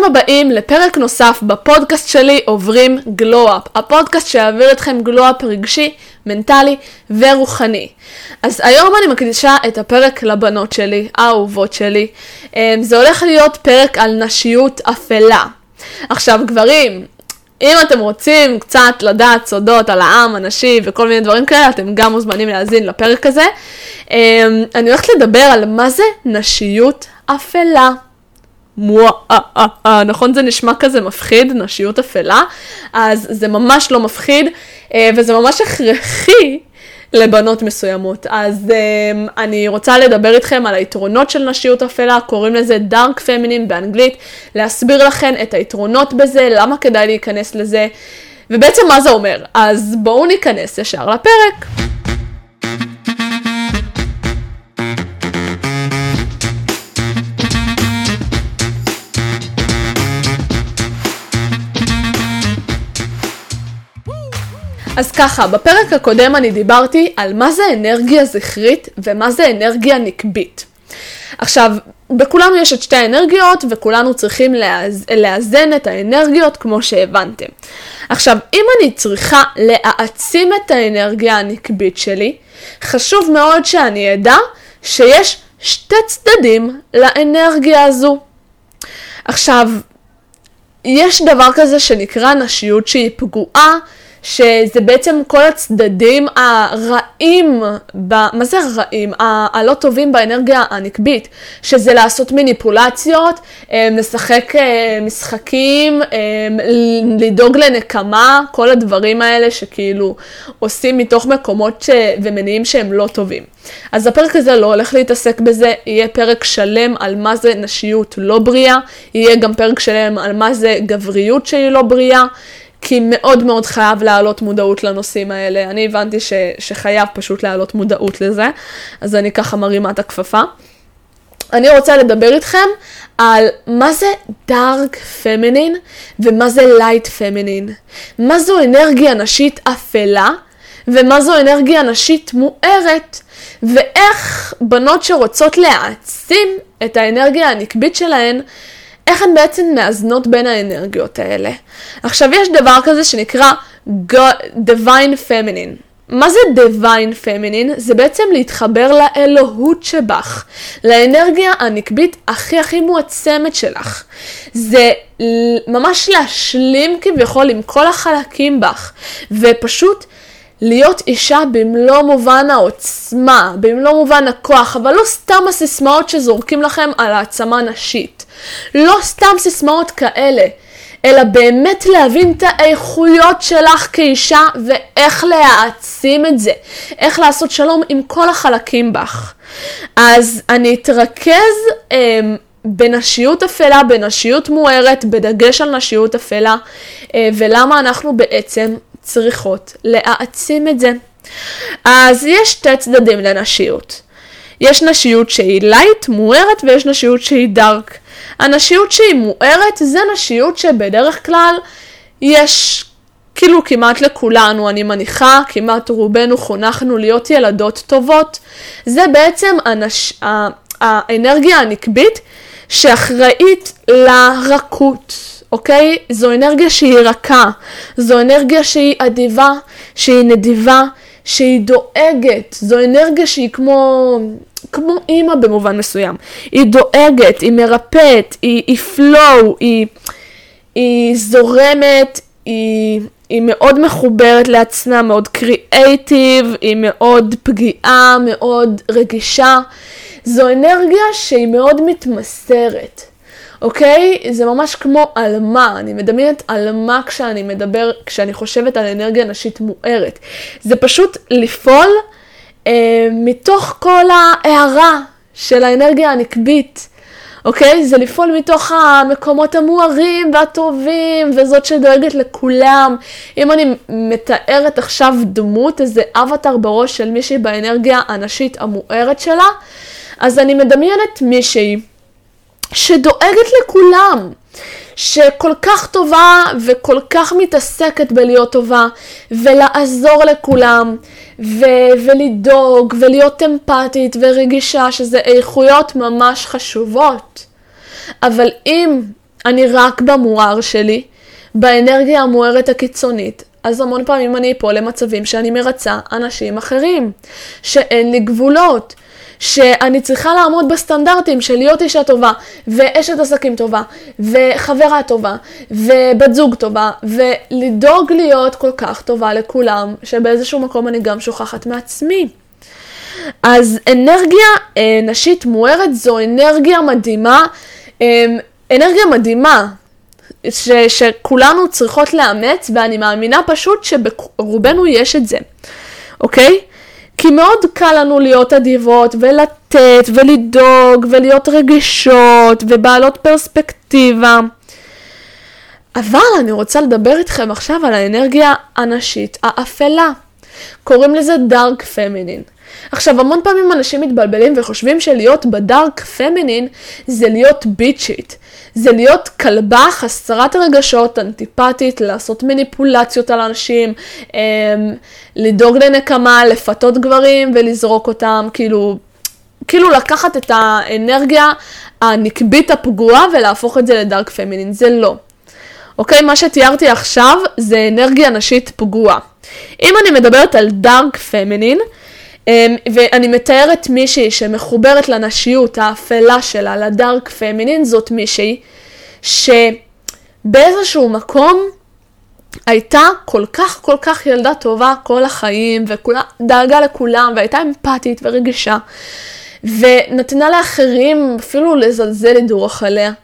ברוכים הבאים לפרק נוסף בפודקאסט שלי עוברים גלו-אפ, הפודקאסט שיעביר אתכם גלו-אפ רגשי, מנטלי ורוחני. אז היום אני מקדישה את הפרק לבנות שלי, האהובות שלי. זה הולך להיות פרק על נשיות אפלה. עכשיו גברים, אם אתם רוצים קצת לדעת סודות על העם הנשי וכל מיני דברים כאלה, אתם גם מוזמנים להאזין לפרק הזה. אני הולכת לדבר על מה זה נשיות אפלה. נכון, זה נשמע כזה מפחיד, נשיות אפלה, אז זה ממש לא מפחיד, וזה ממש הכרחי לבנות מסוימות. אז אני רוצה לדבר איתכם על היתרונות של נשיות אפלה, קוראים לזה דארק פמינין באנגלית, להסביר לכם את היתרונות בזה, למה כדאי להיכנס לזה, ובעצם מה זה אומר. אז בואו ניכנס ישר לפרק. אז ככה, בפרק הקודם אני דיברתי על מה זה אנרגיה זכרית ומה זה אנרגיה נקבית. עכשיו, בכולנו יש את שתי האנרגיות וכולנו צריכים לאזן את האנרגיות כמו שהבנתם. עכשיו, אם אני צריכה להעצים את האנרגיה הנקבית שלי, חשוב מאוד שאני אדע שיש שתי צדדים לאנרגיה הזו. עכשיו, יש דבר כזה שנקרא נשיות שהיא פגועה, שזה בעצם כל הצדדים הרעים, מה זה הרעים? הלא טובים באנרגיה הנקבית, שזה לעשות מניפולציות, לשחק משחקים, לדאוג לנקמה, כל הדברים האלה שכאילו עושים מתוך מקומות ומניעים שהם לא טובים. אז הפרק הזה לא הולך להתעסק בזה, יהיה פרק שלם על מה זה נשיות לא בריאה, יהיה גם פרק שלם על מה זה גבריות שהיא לא בריאה, כי מאוד מאוד חייב להעלות מודעות לנושאים האלה. אני הבנתי שחייב פשוט להעלות מודעות לזה, אז אני ככה מרימה את הכפפה. אני רוצה לדבר איתכם על מה זה דארק פמינין ומה זה לייט פמינין. מה זו אנרגיה נשית אפלה ומה זו אנרגיה נשית מוארת, ואיך בנות שרוצות להעצים את האנרגיה הנקבית שלהן, איך הן בעצם מאזנות בין האנרגיות האלה. עכשיו יש דבר כזה שנקרא Divine Feminine. מה זה Divine Feminine? זה בעצם להתחבר לאלוהות שבך, לאנרגיה הנקבית הכי מועצמת שלך. זה ממש להשלים כביכול עם כל החלקים בך, ופשוט להיות אישה במלוא מובן העוצמה, במלוא מובן הכוח, אבל לא סתם הסיסמאות שזורקים לכם על העצמה נשית. לא סתם סיסמאות כאלה, אלא באמת להבין את האיכויות שלך כאישה ואיך להעצים את זה. איך לעשות שלום עם כל החלקים בך. אז אני אתרכז בנשיות אפלה, בנשיות מוארת, בדגש על נשיות אפלה, ולמה אנחנו בעצם צריכות להעצים את זה. אז יש שתי צדדים לנשיות. יש נשיות שהיא לייט, מוארת, ויש נשיות שהיא דארק. הנשיות שהיא מוארת זה נשיות שבדרך כלל יש כאילו כמעט לכולנו, אני מניחה, כמעט רובנו חונכנו להיות ילדות טובות. זה בעצם האנרגיה הנקבית שאחראית לרכות. אוקיי? זו אנרגיה שהיא רכה, זו אנרגיה שהיא אדיבה, שהיא נדיבה, שהיא דואגת, זו אנרגיה שהיא כמו אימא במובן מסוים. היא דואגת, היא מרפאת, היא flow, היא זורמת, היא מאוד מחוברת לעצמה, מאוד קריאייטיב, היא מאוד פגיעה, מאוד רגישה. זו אנרגיה שהיא מאוד מתמסרת. אוקיי? זה ממש כמו אלמה. אני מדמיינת אלמה כשאני חושבת על אנרגיה נשית מוארת. זה פשוט לפעול מתוך כל ההערה של האנרגיה הנקבית. אוקיי? זה לפעול מתוך המקומות המוארים והטובים, וזאת שדואגת לכולם. אם אני מתארת עכשיו דמות, איזה אבטר בראש של מישהי באנרגיה הנשית המוארת שלה, אז אני מדמיינת מישהי שדואגת לכולם, שכל כך טובה וכל כך מתעסקת בלהיות טובה ולעזור לכולם ולדאוג ולהיות אמפתית ורגישה, שזה איכויות ממש חשובות. אבל אם אני רק במואר שלי, באנרגיה המוארת הקיצונית, אז המון פעמים אני פה למצבים שאני מרצה אנשים אחרים, שאין לי גבולות, שאני צריכה לעמוד בסטנדרטים של להיות אישה טובה, ואשת עסקים טובה, וחברה טובה, ובת זוג טובה, ולדאוג להיות כל כך טובה לכולם, שבאיזשהו מקום אני גם שוכחת מעצמי. אז אנרגיה נשית מוארת זו אנרגיה מדהימה, שכולנו צריכות לאמץ, ואני מאמינה פשוט שברובנו יש את זה, אוקיי? כי מאוד קל לנו להיות אדיבות ולתת ולדאוג ולהיות רגישות ובעלות פרספקטיבה. אבל אני רוצה לדבר איתכם עכשיו על האנרגיה הנשית האפלה. קוראים לזה דארק פמינין. עכשיו, המון פעמים אנשים מתבלבלים וחושבים שלהיות בדארק פמינין זה להיות ביצ'ית. זה להיות כלבה חסרת רגשות, אנטיפטית, לעשות מניפולציות על אנשים, לדאוג לנקמה, לפתות גברים ולזרוק אותם, כאילו לקחת את האנרגיה הנקבית הפגועה ולהפוך את זה לדארק פמינין. זה לא. אוקיי, מה שתיארתי עכשיו זה אנרגיה נשית פגועה. אם אני מדברת על דארק פמינין, ואני מתארת מישהי שמחוברת לנשיות האפלה שלה, לדארק פמינין, זאת מישהי שבאיזשהו מקום הייתה כל כך ילדה טובה כל החיים, ודאגה לכולם, והייתה אמפתית ורגישה, ונתנה לאחרים אפילו לזלזל לדרוך עליה.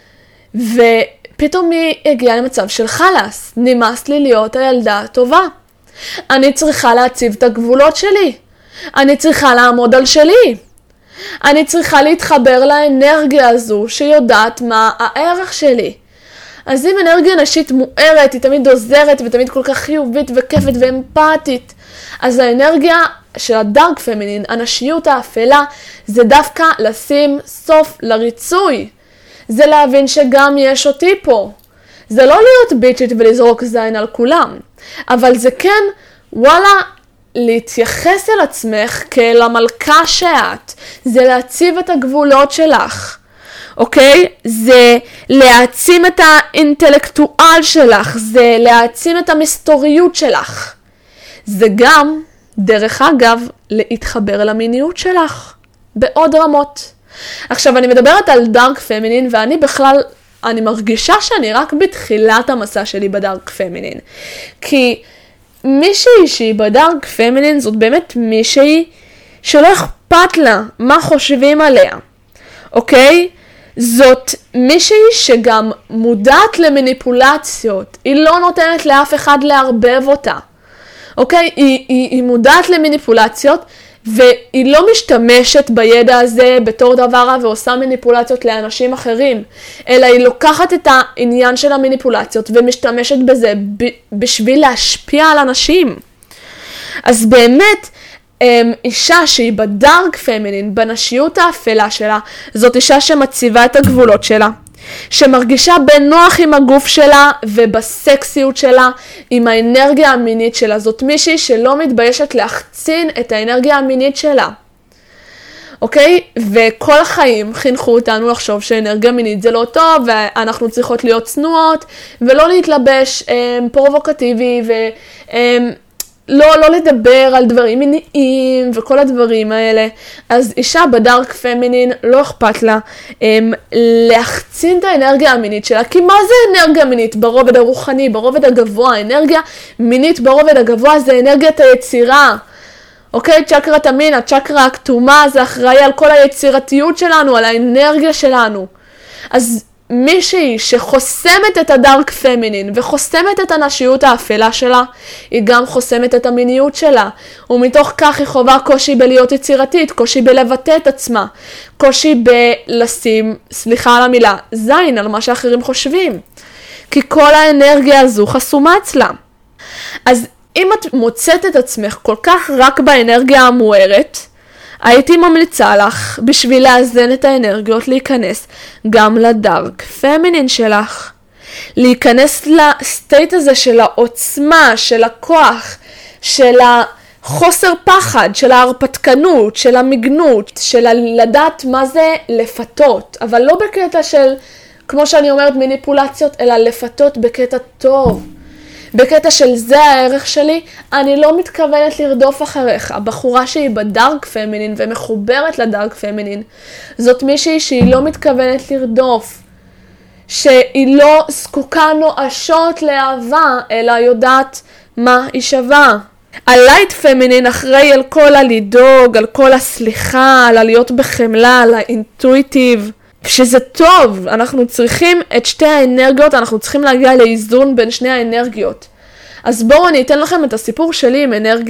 ופתאום היא הגיעה למצב של חלס, נמאס לי להיות הילדה הטובה. אני צריכה להציב את הגבולות שלי. אני צריכה לעמוד על שלי. אני צריכה להתחבר לאנרגיה הזו שיודעת מה הערך שלי. אז אם אנרגיה נשית מוארת, היא תמיד עוזרת ותמיד כל כך חיובית וכיפת ואמפתית. אז האנרגיה של הדארק פמינין, הנשיות האפלה, זה דווקא לשים סוף לריצוי. זה להבין שגם יש אותי פה. זה לא להיות ביצ'ית ולזרוק זין על כולם. אבל זה כן, וואלה, להתייחס אל עצמך כאל המלכה שאת. זה להציב את הגבולות שלך. אוקיי? זה להעצים את האינטלקטואל שלך. זה להעצים את המסתוריות שלך. זה גם, דרך אגב, להתחבר למיניות שלך. בעוד רמות. עכשיו, אני מדברת על דארק פמינין, ואני בכלל, אני מרגישה שאני רק בתחילת המסע שלי בדארק פמינין. כי מישהי שהיא בדארק פמינין זאת באמת מישהי שלא אכפת לה מה חושבים עליה, אוקיי? זאת מישהי שגם מודעת למניפולציות, היא לא נותנת לאף אחד לערבב אותה, אוקיי? היא מודעת למניפולציות, והיא לא משתמשת בידע הזה בתור דבר רע ועושה מניפולציות לאנשים אחרים, אלא היא לוקחת את העניין של המניפולציות ומשתמשת בזה בשביל להשפיע על אנשים. אז באמת, אישה שהיא בדארק פמינין, בנשיות האפלה שלה, זאת אישה שמציבה את הגבולות שלה, שמרגישה בנוח עם הגוף שלה ובסקסיות שלה, עם האנרגיה המינית שלה. זאת מישהי שלא מתביישת להחצין את האנרגיה המינית שלה. אוקיי? וכל החיים חינכו אותנו לחשוב שאנרגיה מינית זה לא טוב, ואנחנו צריכות להיות צנועות, ולא להתלבש פרובוקטיבי, לא לדבר על דברים מיניים וכל הדברים האלה. אז אישה בדארק פמינין לא אכפת לה להחצין את האנרגיה המינית שלה. כי מה זה אנרגיה מינית? ברובד הרוחני, ברובד הגבוה. אנרגיה מינית ברובד הגבוה זה אנרגיית היצירה. אוקיי? צ'קרת המין, הצ'קרה הכתומה, זה אחראי על כל היצירתיות שלנו, על האנרגיה שלנו. אז מישהי שחוסמת את הדארק פמינין וחוסמת את הנשיות האפלה שלה, היא גם חוסמת את המיניות שלה, ומתוך כך היא חובה קושי בלהיות יצירתית, קושי בלבטא את עצמה, קושי בלשים, סליחה על המילה, זין על מה שאחרים חושבים, כי כל האנרגיה הזו חסומה אצלה. אז אם את מוצאת את עצמך כל כך רק באנרגיה המוארת, הייתי ממליצה לך, בשביל לאזן את האנרגיות, להיכנס גם לדארק פמינין שלך. להיכנס לסטייט הזה של העוצמה, של הכוח, של החוסר פחד, של ההרפתקנות, של המגנות, של לדעת מה זה לפתות, אבל לא בקטע של כמו שאני אומרת מניפולציות, אלא לפתות בקטע טוב. בקטע של זה הערך שלי, אני לא מתכוונת לרדוף אחריך. הבחורה שהיא בדארק פמינין ומחוברת לדארק פמינין, זאת מישהי שהיא לא מתכוונת לרדוף. שהיא לא זקוקה נואשות לאהבה, אלא יודעת מה היא שווה. הלייט פמינין אחראי על כל הלדאוג, על כל הסליחה, על להיות בחמלה, על האינטואיטיב. שזה טוב, אנחנו צריכים את שתי האנרגיות, אנחנו צריכים להגיע לאיזון בין שני האנרגיות. אז בואו אני אתן לכם את הסיפור שלי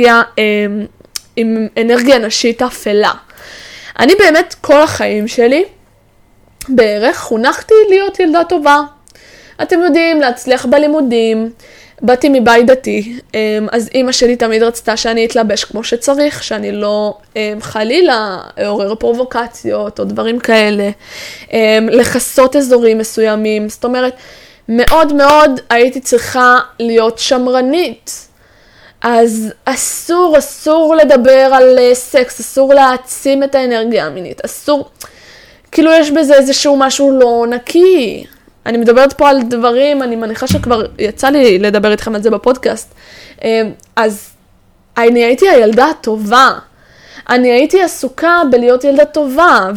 עם אנרגיה נשית אפלה. אני באמת כל החיים שלי בערך חונכתי להיות ילדה טובה. אתם יודעים, להצליח בלימודים, באתי מבית דתי, אז אמא שלי תמיד רצתה שאני אתלבש כמו שצריך, שאני לא חלילה עורר פרובוקציות או דברים כאלה, לחסות אזורים מסוימים. זאת אומרת, מאוד מאוד הייתי צריכה להיות שמרנית. אז אסור לדבר על סקס, אסור להעצים את האנרגיה המינית, אסור, כאילו יש בזה איזשהו משהו לא נקי. אני מדברת פה על דברים, אני מניחה שכבר יצא לי לדבר איתכם על זה בפודקאסט. אז אני הייתי הילדה הטובה. אני הייתי עסוקה בלהיות ילדה טובה,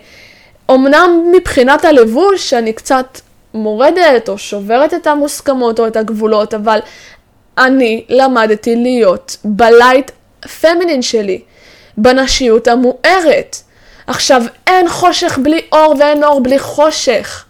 ואומנם מבחינת הלבוש אני קצת מורדת או שוברת את המוסכמות או את הגבולות, אבל אני למדתי להיות בלייט פמינין שלי, בנשיות המוארת. עכשיו, אין חושך בלי אור ואין אור בלי חושך.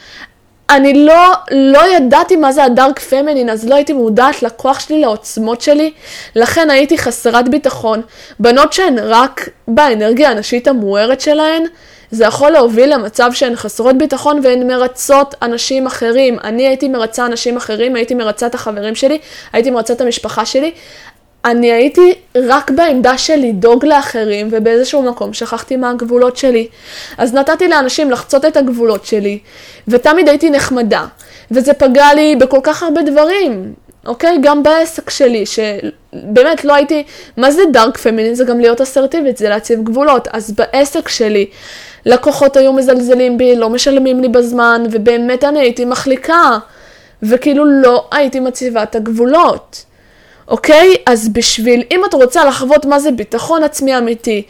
אני לא ידעתי מה זה הדארק פמינין, אז לא הייתי מודעת לכוח שלי, לעוצמות שלי, לכן הייתי חסרת ביטחון. בנות שהן רק באנרגיה הנשית המוארת שלהן, זה יכול להוביל למצב שהן חסרות ביטחון והן מרצות אנשים אחרים. אני הייתי מרצה אנשים אחרים, הייתי מרצה את החברים שלי, הייתי מרצה את המשפחה שלי. אני הייתי רק בעמדה של לדאוג לאחרים, ובאיזשהו מקום שכחתי מה הגבולות שלי. אז נתתי לאנשים לחצות את הגבולות שלי, ותמיד הייתי נחמדה. וזה פגע לי בכל כך הרבה דברים, אוקיי? גם בעסק שלי, שבאמת לא הייתי, מה זה דארק פמינין? זה גם להיות אסרטיבית, זה להציב גבולות. אז בעסק שלי, לקוחות היו מזלזלים בי, לא משלמים לי בזמן, ובאמת אני הייתי מחליקה, וכאילו לא הייתי מציבה את הגבולות. אוקיי? אז אם את רוצה לחוות מה זה ביטחון עצמי אמיתי,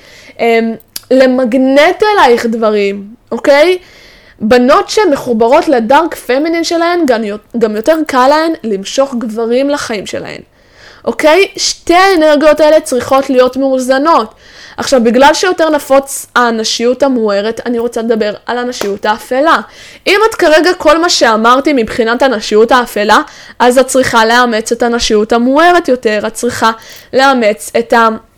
למגנט אלייך דברים, אוקיי? בנות שמחוברות לדארק פמינין שלהן, גם יותר קל להן למשוך גברים לחיים שלהן. אוקיי? שתי האנרגיות האלה צריכות להיות מאוזנות. עכשיו, בגלל שיותר נפוץ הנשיות המוארת, אני רוצה לדבר על הנשיות האפלה. אם את כרגע כל מה שאמרתי מבחינת הנשיות האפלה, אז את צריכה לאמץ את הנשיות המוארת יותר, את צריכה לאמץ את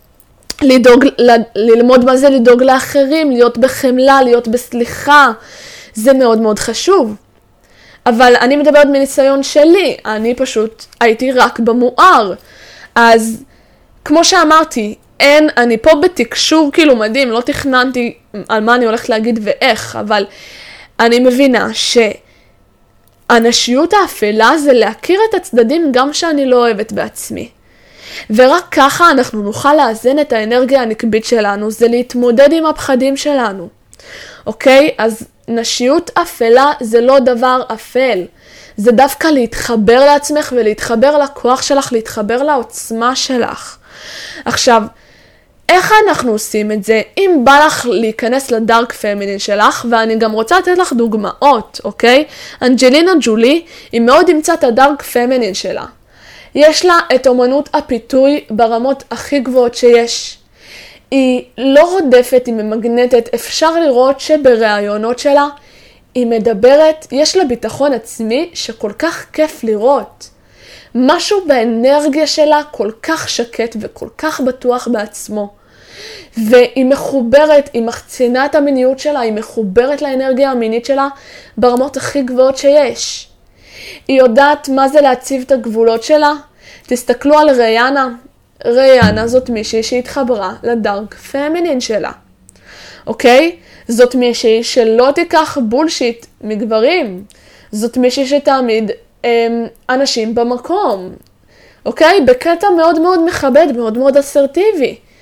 ללמוד מה זה לדאוג לאחרים, להיות בחמלה, להיות בסליחה. זה מאוד מאוד חשוב. אבל אני מדברת מניסיון שלי, אני פשוט הייתי רק במואר. אז כמו שאמרתי, אני פה בתקשור כאילו מדהים, לא תכננתי על מה אני הולכת להגיד ואיך, אבל אני מבינה שהנשיות האפלה זה להכיר את הצדדים גם שאני לא אוהבת בעצמי. ורק ככה אנחנו נוכל לאזן את האנרגיה הנקבית שלנו, זה להתמודד עם הפחדים שלנו. אוקיי? אז נשיות אפלה זה לא דבר אפל. זה דווקא להתחבר לעצמך ולהתחבר לכוח שלך, להתחבר לעוצמה שלך. עכשיו, איך אנחנו עושים את זה? אם בא לך להיכנס לדארק פמינין שלך, ואני גם רוצה לתת לך דוגמאות, אוקיי? אנג'לינה ג'ולי היא מאוד אימצה את הדארק פמינין שלה. יש לה את אומנות הפיתוי ברמות הכי גבוהות שיש. היא לא רודפת, היא ממגנטת, אפשר לראות שברעיונות שלה היא מדברת, יש לה ביטחון עצמי שכל כך כיף לראות. משהו באנרגיה שלה כל כך שקט וכל כך בטוח בעצמו. והיא מחוברת, היא מחצינה את המיניות שלה, היא מחוברת לאנרגיה המינית שלה ברמות הכי גבוהות שיש. היא יודעת מה זה להציב את הגבולות שלה. תסתכלו על ריאנה. ריאנה זאת מישהי שהתחברה לדארק פמינין שלה. אוקיי? זאת מישהי שלא תיקח בולשיט מגברים. זאת מישהי שתעמיד אנשים במקום. אוקיי? בקטע מאוד מאוד מכבד, מאוד מאוד אסרטיבי.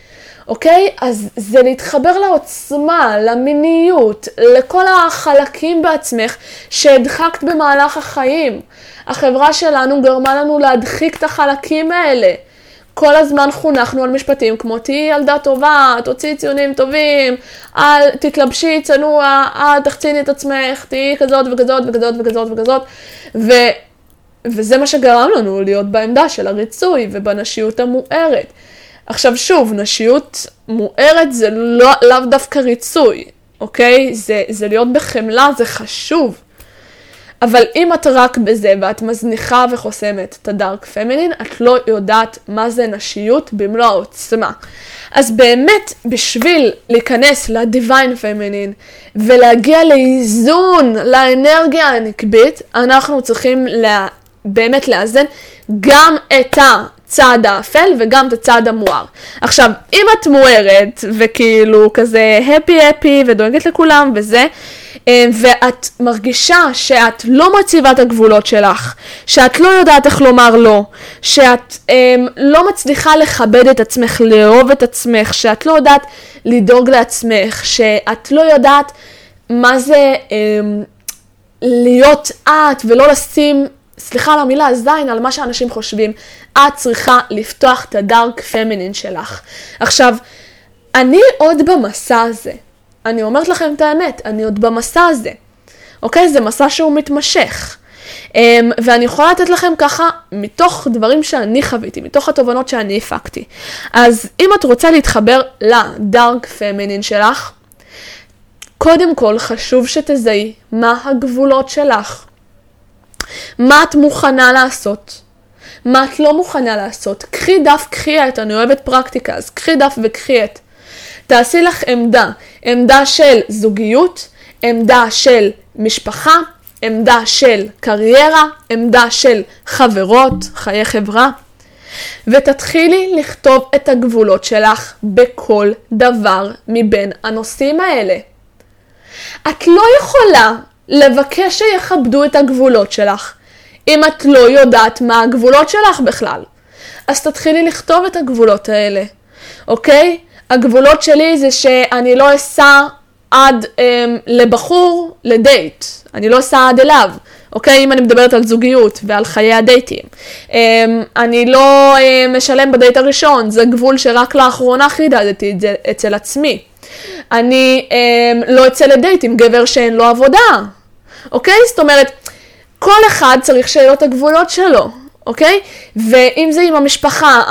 אוקיי? אז זה להתחבר לעוצמה, למיניות, לכל החלקים בעצמך שהדחקת במהלך החיים. החברה שלנו גרמה לנו להדחיק את החלקים האלה. כל הזמן חונכנו על משפטים כמו תהי ילדה טובה, תוציאי ציונים טובים, אל תתלבשי צנוע, אל תחציני את עצמך, תהי כזאת וכזאת וכזאת וכזאת וכזאת. וזה מה שגרם לנו להיות בעמדה של הריצוי ובנשיות המוארת. עכשיו שוב, נשיות מוארת זה לאו דווקא ריצוי, אוקיי? זה להיות בחמלה, זה חשוב. אבל אם את רק בזה ואת מזניחה וחוסמת את הדארק פמינין, את לא יודעת מה זה נשיות במלוא העוצמה. אז באמת, בשביל להיכנס לדיוויין פמינין ולהגיע לאיזון, לאנרגיה הנקבית, אנחנו צריכים באמת לאזן גם את הצד האפל וגם את הצד המואר. עכשיו, אם את מוארת וכאילו כזה הפי ודואגת לכולם וזה, ואת מרגישה שאת לא מציבה את הגבולות שלך, שאת לא יודעת איך לומר לא, שאת לא מצליחה לכבד את עצמך, לאהוב את עצמך, שאת לא יודעת לדאוג לעצמך, שאת לא יודעת מה זה להיות את ולא לשים, סליחה על המילה, הזין על מה שאנשים חושבים. את צריכה לפתוח את הדארק פמינין שלך. עכשיו, אני עוד במסע הזה. אני אומרת לכם את האמת, אני עוד במסע הזה. אוקיי? זה מסע שהוא מתמשך. ואני יכולה לתת לכם ככה, מתוך דברים שאני חוויתי, מתוך התובנות שאני הפקתי. אז אם את רוצה להתחבר לדארק פמינין שלך, קודם כל חשוב שתזהי מה הגבולות שלך. מה את מוכנה לעשות? מה את לא מוכנה לעשות? קחי דף, קחי עט, אני אוהבת פרקטיקה, אז קחי דף וקחי עט. תעשי לך עמדה של זוגיות, עמדה של משפחה, עמדה של קריירה, עמדה של חברות, חיי חברה, ותתחילי לכתוב את הגבולות שלך בכל דבר מבין הנושאים האלה. את לא יכולה לבקש שיכבדו את הגבולות שלך, אם את לא יודעת מה הגבולות שלך בכלל. אז תתחילי לכתוב את הגבולות האלה, אוקיי? הגבולות שלי זה שאני לא אסע עד לבחור לדייט. אני לא אסע עד אליו, אוקיי? אם אני מדברת על זוגיות ועל חיי הדייטים. אני לא משלם בדייט הראשון, זה גבול שרק לאחרונה חידדתי את זה אצל עצמי. אני לא אצא לדייט עם גבר שאין לו עבודה, אוקיי? זאת אומרת, כל אחד צריך שיהיו לו את הגבולות שלו, אוקיי? ואם זה עם המשפחה,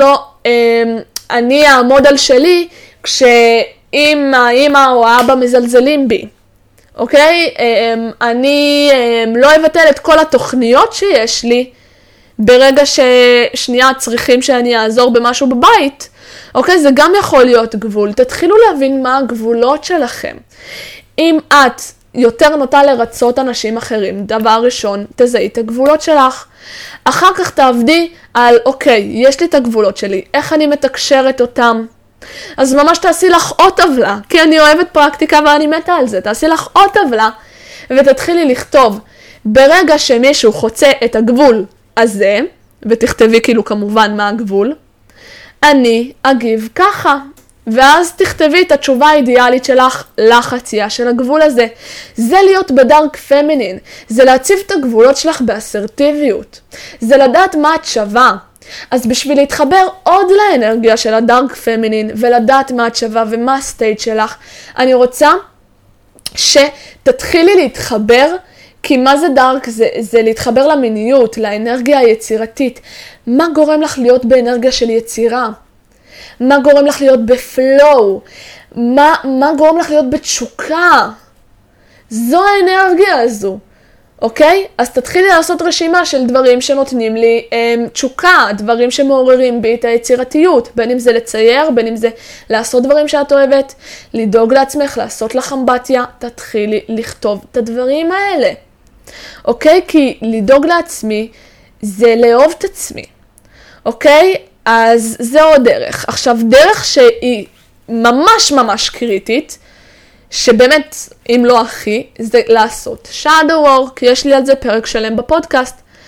אני אעמוד על שלי כשאם האמא או האבא מזלזלים בי, אוקיי? אני לא אבטל את כל התוכניות שיש לי ברגע ששנייה צריכים שאני אעזור במשהו בבית, אוקיי? זה גם יכול להיות גבול. תתחילו להבין מה הגבולות שלכם. אם את יותר נוטה לרצות אנשים אחרים, דבר ראשון, תזהי את הגבולות שלך. אחר כך תעבדי על, אוקיי, יש לי את הגבולות שלי, איך אני מתקשרת אותם? אז ממש תעשי לך עוד טבלה, כי אני אוהבת פרקטיקה ואני מתה על זה. תעשי לך עוד טבלה ותתחילי לכתוב. ברגע שמישהו חוצה את הגבול הזה, ותכתבי כאילו כמובן מה הגבול, אני אגיב ככה. ואז תכתבי את התשובה האידיאלית שלך לחצייה של הגבול הזה. זה להיות בדארק פמינין. זה להציב את הגבולות שלך באסרטיביות. זה לדעת מה את שווה. אז בשביל להתחבר עוד לאנרגיה של הדארק פמינין ולדעת מה את שווה ומה הסטייט שלך, אני רוצה שתתחילי להתחבר, כי מה זה דארק? זה להתחבר למיניות, לאנרגיה היצירתית. מה גורם לך להיות באנרגיה של יצירה? מה גורם לך להיות בפלואו? מה גורם לך להיות בתשוקה? זו האנרגיה הזו, אוקיי? אז תתחילי לעשות רשימה של דברים שנותנים לי תשוקה, דברים שמעוררים בי את היצירתיות, בין אם זה לצייר, בין אם זה לעשות דברים שאת אוהבת, לדאוג לעצמך, לעשות לך אמבטיה, תתחילי לכתוב את הדברים האלה, אוקיי? כי לדאוג לעצמי זה לאהוב את עצמי, אוקיי? אז זה עוד דרך. עכשיו, דרך שהיא ממש ממש קריטית, שבאמת, אם לא הכי, זה לעשות shadow work, יש לי על זה פרק שלם בפודקאסט.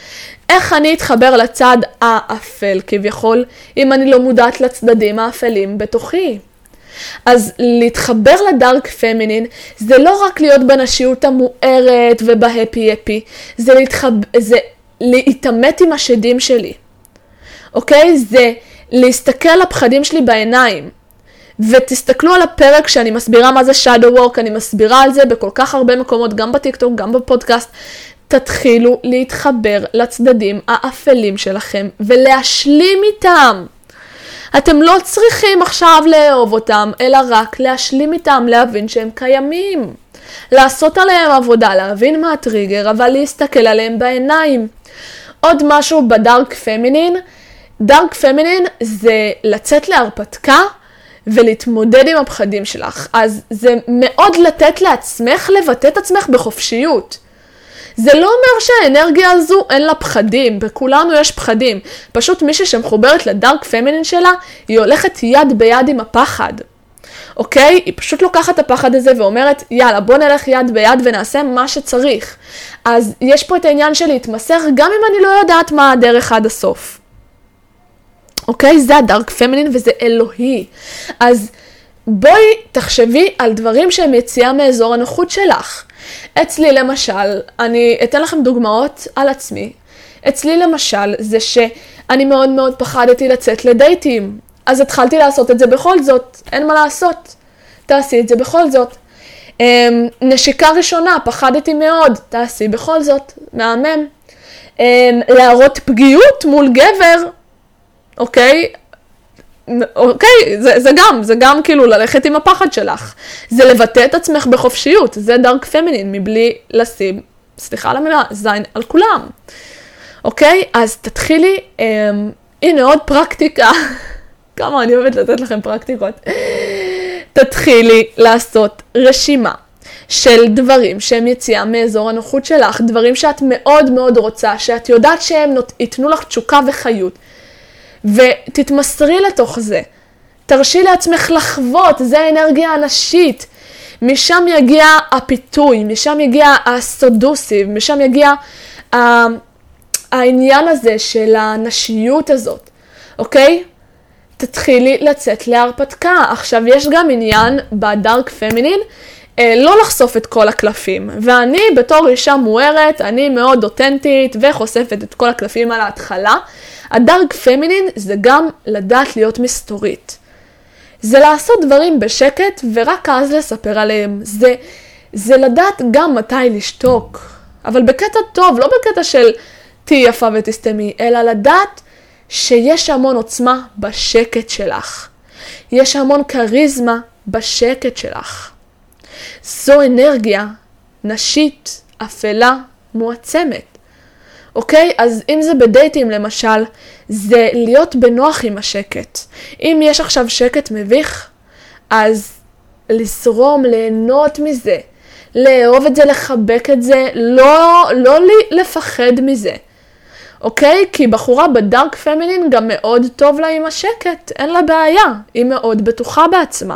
איך אני אתחבר לצד האפל כביכול, אם אני לא מודעת לצדדים האפלים בתוכי? אז להתחבר לדארק פמינין, זה לא רק להיות בנשיות המוארת ובהפי-הפי, זה להתאמת עם השדים שלי. אוקיי? זה להסתכל על הפחדים שלי בעיניים. ותסתכלו על הפרק שאני מסבירה מה זה shadow work, אני מסבירה על זה בכל כך הרבה מקומות, גם בטיקטוק, גם בפודקאסט. תתחילו להתחבר לצדדים האפלים שלכם ולהשלים איתם. אתם לא צריכים עכשיו לאהוב אותם, אלא רק להשלים איתם, להבין שהם קיימים. לעשות עליהם עבודה, להבין מה הטריגר, אבל להסתכל עליהם בעיניים. עוד משהו בדארק פמינין, דארק פמינין זה לצאת להרפתקה ולהתמודד עם הפחדים שלך. אז זה מאוד לתת לעצמך לבטא את עצמך בחופשיות. זה לא אומר שהאנרגיה הזו אין לה פחדים, בכולנו יש פחדים. פשוט מישהי שמחוברת לדארק פמינין שלה, היא הולכת יד ביד עם הפחד. אוקיי? היא פשוט לוקחת את הפחד הזה ואומרת, יאללה, בוא נלך יד ביד ונעשה מה שצריך. אז יש פה את העניין של להתמסר, גם אם אני לא יודעת מה הדרך עד הסוף. אוקיי? זה הדארק פמינין וזה אלוהי. אז בואי תחשבי על דברים שהם יציאה מאזור הנוחות שלך. אצלי למשל, אני אתן לכם דוגמאות על עצמי. אצלי למשל זה שאני מאוד מאוד פחדתי לצאת לדייטים. אז התחלתי לעשות את זה בכל זאת, אין מה לעשות. תעשי את זה בכל זאת. נשיקה ראשונה, פחדתי מאוד, תעשי בכל זאת, מהמם. להראות פגיעות מול גבר, אוקיי? אוקיי, זה גם כאילו ללכת עם הפחד שלך. זה לבטא את עצמך בחופשיות, זה דארק פמינין, מבלי לשים, סליחה על המילה, זין על כולם. אוקיי, אז תתחילי, הנה עוד פרקטיקה, כמה אני אוהבת לתת לכם פרקטיקות. תתחילי לעשות רשימה של דברים שהם יציאה מאזור הנוחות שלך, דברים שאת מאוד מאוד רוצה, שאת יודעת שהם ייתנו לך תשוקה וחיות. ותתמסרי לתוך זה. תרשי לעצמך לחוות, זה האנרגיה הנשית. משם יגיע הפיתוי, משם יגיע הסודוסיב, משם יגיע העניין הזה של הנשיות הזאת. אוקיי? תתחילי לצאת להרפתקה. עכשיו יש גם עניין בדארק פמינין, לא לחשוף את כל הקלפים. ואני בתור אישה מוארת, אני מאוד אותנטית וחושפת את כל הקלפים על ההתחלה. הדארק פמינין זה גם לדעת להיות מסתורית. זה לעשות דברים בשקט ורק אז לספר עליהם. זה לדעת גם מתי לשתוק. אבל בקטע טוב, לא בקטע של תהי יפה ותסתמי, אלא לדעת שיש המון עוצמה בשקט שלך. יש המון קריזמה בשקט שלך. זו אנרגיה נשית, אפלה, מועצמת. אוקיי? אז אם זה בדייטים למשל, זה להיות בנוח עם השקט. אם יש עכשיו שקט מביך, אז לזרום, ליהנות מזה, לאהוב את זה, לחבק את זה, לא לפחד מזה. אוקיי? כי בחורה בדארק פמינין גם מאוד טוב לה עם השקט, אין לה בעיה, היא מאוד בטוחה בעצמה.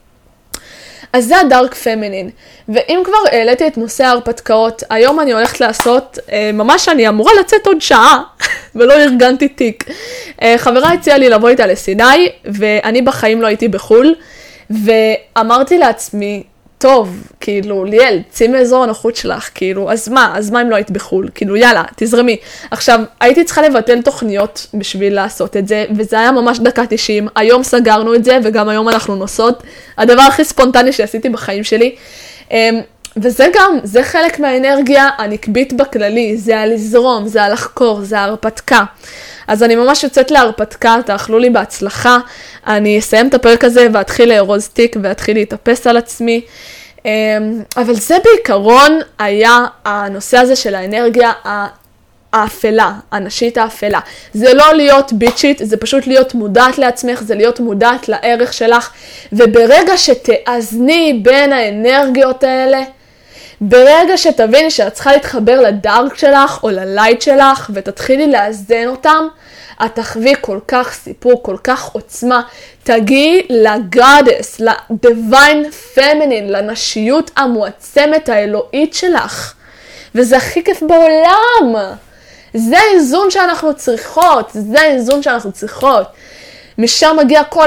אז זה הדארק פמינין. ואם כבר העליתי את נושא ההרפתקאות, היום אני הולכת לעשות, ממש אני אמורה לצאת עוד שעה, ולא ארגנתי תיק. חברה הציעה לי לבוא איתה לסיני, ואני בחיים לא הייתי בחול, ואמרתי לעצמי, טוב, כאילו, ליאל, צאי מאזור הנוחות שלך, כאילו, אז מה אם לא היית בחול? כאילו, יאללה, תזרמי. עכשיו, הייתי צריכה לבטל תוכניות בשביל לעשות את זה, וזה היה ממש דקה 90. היום סגרנו את זה, וגם היום אנחנו נוסעות. הדבר הכי ספונטני שעשיתי בחיים שלי. וזה גם, זה חלק מהאנרגיה הנקבית בכללי. זה הלזרום, זה הלחקור, זה ההרפתקה. אז אני ממש יוצאת להרפתקה, תאכלו לי בהצלחה. אני אסיים את הפרק הזה ואתחיל לארוז תיק ואתחיל להתאפס על עצמי. אבל זה בעיקרון היה הנושא הזה של האנרגיה האפלה, הנשית האפלה. זה לא להיות ביצ'ית, זה פשוט להיות מודעת לעצמך, זה להיות מודעת לערך שלך. וברגע שתאזני בין האנרגיות האלה, ברגע שתביני שאת צריכה להתחבר לדארק שלך או ללייט שלך ותתחילי לאזן אותם, את תחווי כל כך סיפור, כל כך עוצמה. תגיעי לגאדס, לדיוויין פמינין, לנשיות המועצמת האלוהית שלך. וזה הכי כיף בעולם. זה האיזון שאנחנו צריכות, זה האיזון שאנחנו צריכות. משם מגיע כל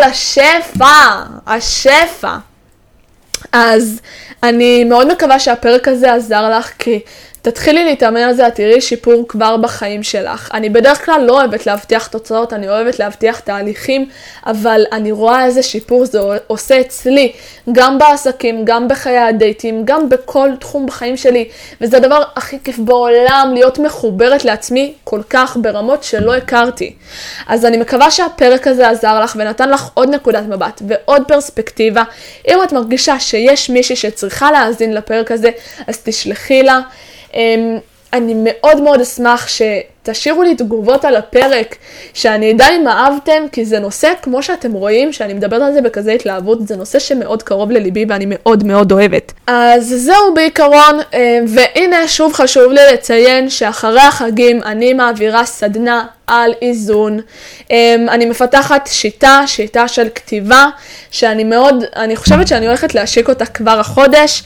השפע. אז אני מאוד מקווה שהפרק הזה עזר לך, כי תתחילי להתאמן על זה, תראי שיפור כבר בחיים שלך. אני בדרך כלל לא אוהבת להבטיח תוצאות, אני אוהבת להבטיח תהליכים, אבל אני רואה איזה שיפור זה עושה אצלי, גם בעסקים, גם בחיי הדייטים, גם בכל תחום בחיים שלי, וזה הדבר הכי כיף בעולם, להיות מחוברת לעצמי כל כך ברמות שלא הכרתי. אז אני מקווה שהפרק הזה עזר לך ונתן לך עוד נקודת מבט ועוד פרספקטיבה. אם את מרגישה שיש מישהי שצריכה להאזין לפרק הזה, אז תשלחי לה. אני מאוד מאוד אשמח שתשאירו לי תגובות על הפרק, שאני אדע אם אהבתם, כי זה נושא, כמו שאתם רואים, שאני מדברת על זה בכזה התלהבות, זה נושא שמאוד קרוב לליבי ואני מאוד מאוד אוהבת. אז זהו בעיקרון, והנה שוב חשוב לי לציין שאחרי החגים אני מעבירה סדנה על איזון. אני מפתחת שיטה של כתיבה, אני חושבת שאני הולכת להשיק אותה כבר החודש,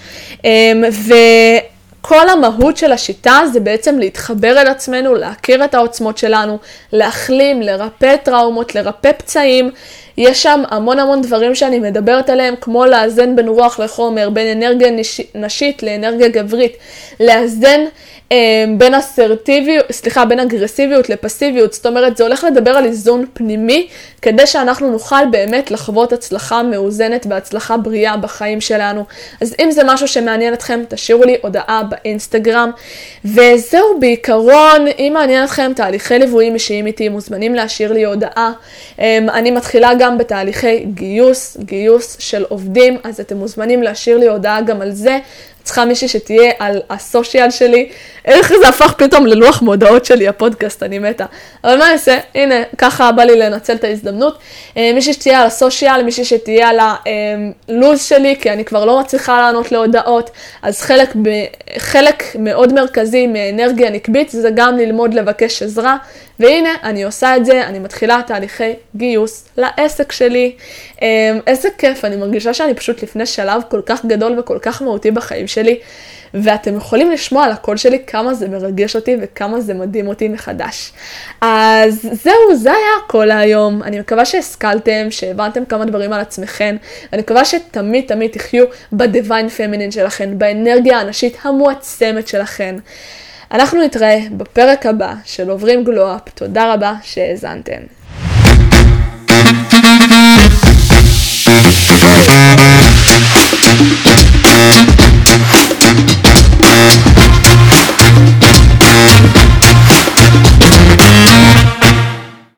כל המהות של השיטה זה בעצם להתחבר אל עצמנו, להכיר את העוצמות שלנו, להחלים, לרפא טראומות, לרפא פצעים. יש שם המון דברים שאני מדברת עליהם, כמו לאזן בין רוח לחומר, בין אנרגיה נשית לאנרגיה גברית, לאזן בין אגרסיביות לפסיביות. זאת אומרת, זה הולך לדבר על איזון פנימי, כדי שאנחנו נוכל באמת לחוות הצלחה מאוזנת והצלחה בריאה בחיים שלנו. אז אם זה משהו שמעניין אתכם, תשאירו לי הודעה באינסטגרם. וזהו בעיקרון, אם מעניין אתכם תהליכי ליוויים אישיים איתי, מוזמנים להשאיר לי הודעה. אני מתחילה גם בתהליכי גיוס של עובדים, אז אתם מוזמנים להשאיר לי הודעה גם על זה. צריכה מישהי שתהיה על הסושיאל שלי. איך זה הפך פתאום ללוח מודעות שלי, הפודקאסט, אני מתה. אבל מה נעשה? הנה, ככה בא לי לנצל את ההזדמנות. מישהי שתהיה על הסושיאל, מישהי שתהיה על הלוז שלי, כי אני כבר לא מצליחה לענות להודעות. אז חלק מאוד מרכזי מאנרגיה נקבית, זה גם ללמוד לבקש עזרה. והנה, אני עושה את זה, אני מתחילה תהליכי גיוס לעסק שלי. איזה כיף, אני מרגישה שאני פשוט לפני שלב כל כך גדול וכל כך מהותי בחיים שלי, ואתם יכולים לשמוע על הקול שלי כמה זה מרגש אותי וכמה זה מדהים אותי מחדש. אז זהו, זה היה הכל היום. אני מקווה שהשכלתם, שהבנתם כמה דברים על עצמכם, ואני מקווה שתמיד תחיו בדיוויין פמינין שלכם, באנרגיה הנשית המועצמת שלכם. אנחנו נתראה בפרק הבא של עוברים גלו-אפ. תודה רבה שהאזנתם.